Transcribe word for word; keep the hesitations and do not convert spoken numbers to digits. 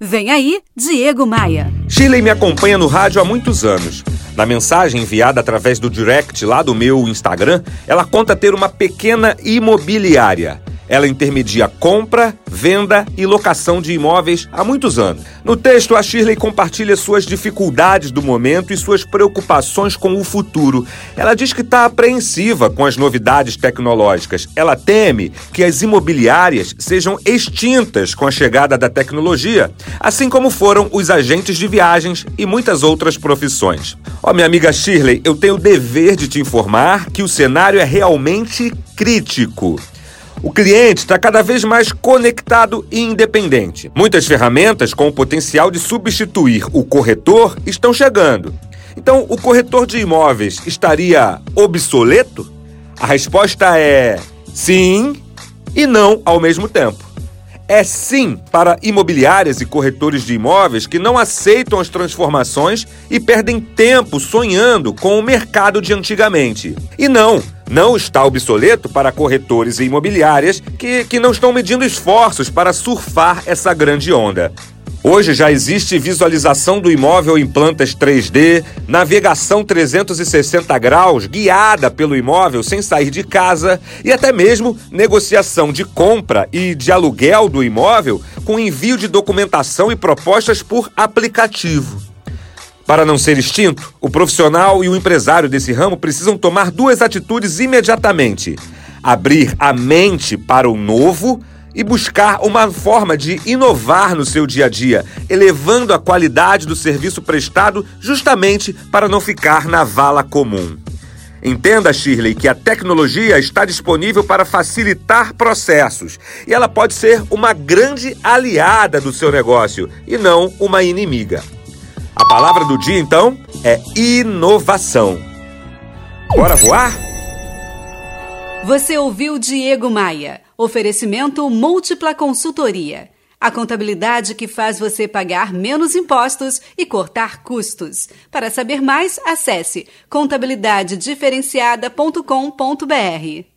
Vem aí, Diego Maia. Shirley me acompanha no rádio há muitos anos. Na mensagem enviada através do direct lá do meu Instagram, ela conta ter uma pequena imobiliária. Ela intermedia compra, venda e locação de imóveis há muitos anos. No texto, a Shirley compartilha suas dificuldades do momento e suas preocupações com o futuro. Ela diz que está apreensiva com as novidades tecnológicas. Ela teme que as imobiliárias sejam extintas com a chegada da tecnologia, assim como foram os agentes de viagens e muitas outras profissões. Ó, minha amiga Shirley, eu tenho o dever de te informar que o cenário é realmente crítico. O cliente está cada vez mais conectado e independente. Muitas ferramentas com o potencial de substituir o corretor estão chegando. Então, o corretor de imóveis estaria obsoleto? A resposta é sim e não ao mesmo tempo. É sim para imobiliárias e corretores de imóveis que não aceitam as transformações e perdem tempo sonhando com o mercado de antigamente. E não, não está obsoleto para corretores e imobiliárias que, que não estão medindo esforços para surfar essa grande onda. Hoje já existe visualização do imóvel em plantas três D, navegação trezentos e sessenta graus guiada pelo imóvel sem sair de casa e até mesmo negociação de compra e de aluguel do imóvel com envio de documentação e propostas por aplicativo. Para não ser extinto, o profissional e o empresário desse ramo precisam tomar duas atitudes imediatamente: abrir a mente para o novo e buscar uma forma de inovar no seu dia a dia, elevando a qualidade do serviço prestado justamente para não ficar na vala comum. Entenda, Shirley, que a tecnologia está disponível para facilitar processos e ela pode ser uma grande aliada do seu negócio e não uma inimiga. A palavra do dia, então, é inovação. Bora voar? Você ouviu Diego Maia. Oferecimento Múltipla Consultoria. A contabilidade que faz você pagar menos impostos e cortar custos. Para saber mais, acesse contabilidade diferenciada ponto com ponto br.